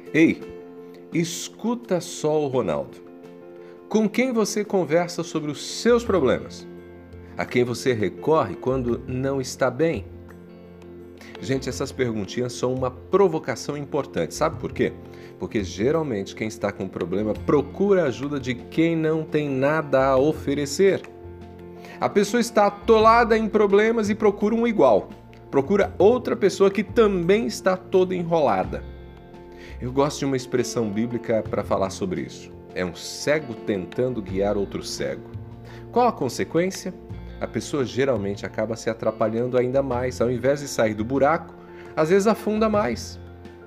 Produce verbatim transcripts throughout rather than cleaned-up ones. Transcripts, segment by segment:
Ei, escuta só o Ronaldo. Com quem você conversa sobre os seus problemas? A quem você recorre quando não está bem? Gente, essas perguntinhas são uma provocação importante. Sabe por quê? Porque geralmente quem está com problema procura a ajuda de quem não tem nada a oferecer. A pessoa está atolada em problemas e procura um igual. Procura outra pessoa que também está toda enrolada. Eu gosto de uma expressão bíblica para falar sobre isso. É um cego tentando guiar outro cego. Qual a consequência? A pessoa geralmente acaba se atrapalhando ainda mais. Ao invés de sair do buraco, às vezes afunda mais.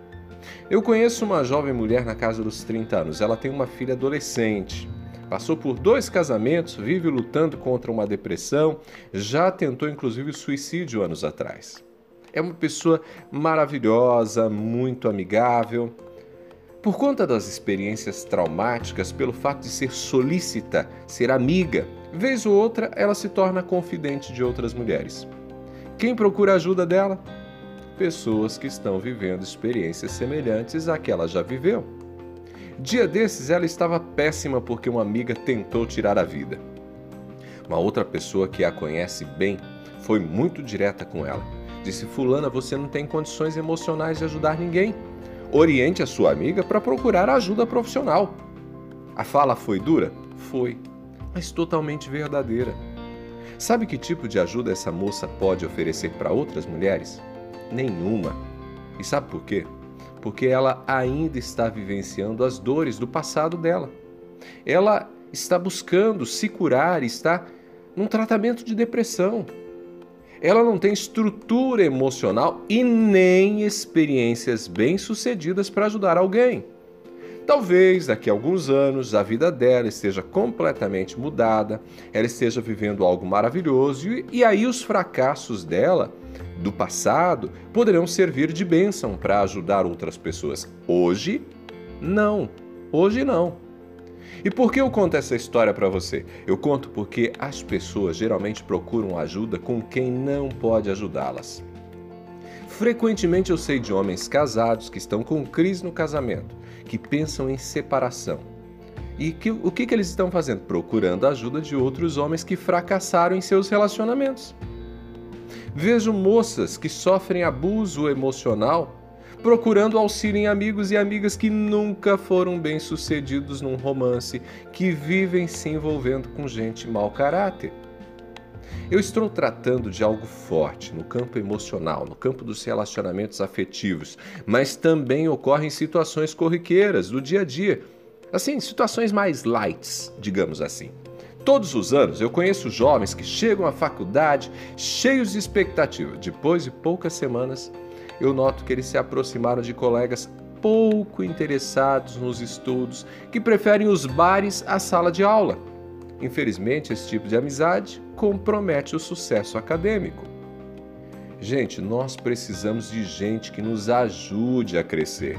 Eu conheço uma jovem mulher na casa dos trinta anos. Ela tem uma filha adolescente. Passou por dois casamentos, vive lutando contra uma depressão, já tentou inclusive suicídio anos atrás. É uma pessoa maravilhosa, muito amigável. Por conta das experiências traumáticas, pelo fato de ser solícita, ser amiga, vez ou outra ela se torna confidente de outras mulheres. Quem procura a ajuda dela? Pessoas que estão vivendo experiências semelhantes à que ela já viveu. Dia desses ela estava péssima porque uma amiga tentou tirar a vida. Uma outra pessoa que a conhece bem foi muito direta com ela. Disse: fulana, você não tem condições emocionais de ajudar ninguém. Oriente a sua amiga para procurar ajuda profissional. A fala foi dura? Foi, mas totalmente verdadeira. Sabe que tipo de ajuda essa moça pode oferecer para outras mulheres? Nenhuma. E sabe por quê? Porque ela ainda está vivenciando as dores do passado dela. Ela está buscando se curar, está num tratamento de depressão. Ela não tem estrutura emocional e nem experiências bem-sucedidas para ajudar alguém. Talvez daqui a alguns anos a vida dela esteja completamente mudada, ela esteja vivendo algo maravilhoso e, e aí os fracassos dela do passado poderão servir de bênção para ajudar outras pessoas. Hoje, não. Hoje não. E por que eu conto essa história para você? Eu conto porque as pessoas geralmente procuram ajuda com quem não pode ajudá-las. Frequentemente eu sei de homens casados que estão com crise no casamento, que pensam em separação. E que, o que, que eles estão fazendo? Procurando a ajuda de outros homens que fracassaram em seus relacionamentos. Vejo moças que sofrem abuso emocional procurando auxílio em amigos e amigas que nunca foram bem-sucedidos num romance, que vivem se envolvendo com gente mau caráter. Eu estou tratando de algo forte no campo emocional, no campo dos relacionamentos afetivos, mas também ocorrem situações corriqueiras do dia a dia, assim, situações mais lights, digamos assim. Todos os anos eu conheço jovens que chegam à faculdade cheios de expectativa. Depois de poucas semanas, eu noto que eles se aproximaram de colegas pouco interessados nos estudos, que preferem os bares à sala de aula. Infelizmente, esse tipo de amizade compromete o sucesso acadêmico. Gente, nós precisamos de gente que nos ajude a crescer.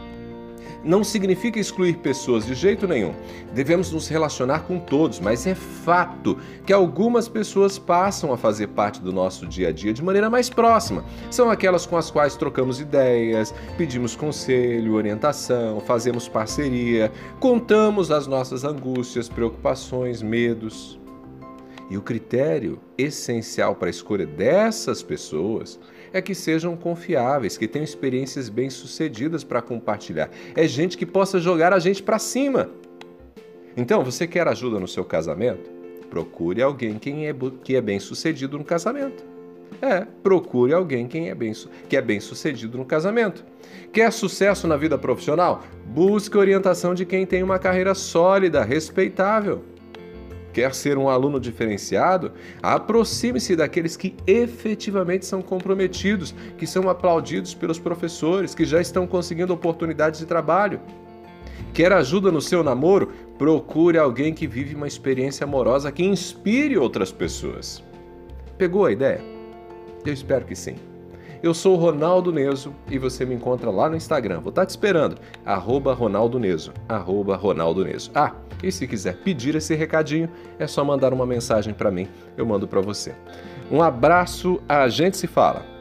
Não significa excluir pessoas de jeito nenhum. Devemos nos relacionar com todos, mas é fato que algumas pessoas passam a fazer parte do nosso dia a dia de maneira mais próxima. São aquelas com as quais trocamos ideias, pedimos conselho, orientação, fazemos parceria, contamos as nossas angústias, preocupações, medos. E o critério essencial para a escolha dessas pessoas é que sejam confiáveis, que tenham experiências bem-sucedidas para compartilhar. É gente que possa jogar a gente para cima. Então, você quer ajuda no seu casamento? Procure alguém quem é, que é bem-sucedido no casamento. É, procure alguém quem é bem, que é bem-sucedido no casamento. Quer sucesso na vida profissional? Busque orientação de quem tem uma carreira sólida, respeitável. Quer ser um aluno diferenciado? Aproxime-se daqueles que efetivamente são comprometidos, que são aplaudidos pelos professores, que já estão conseguindo oportunidades de trabalho. Quer ajuda no seu namoro? Procure alguém que vive uma experiência amorosa que inspire outras pessoas. Pegou a ideia? Eu espero que sim. Eu sou o Ronaldo Neso e você me encontra lá no Instagram. Vou estar te esperando. arroba Ronaldo Neso. arroba Ronaldo Neso. Ah, e se quiser pedir esse recadinho, é só mandar uma mensagem para mim. Eu mando para você. Um abraço, a gente se fala.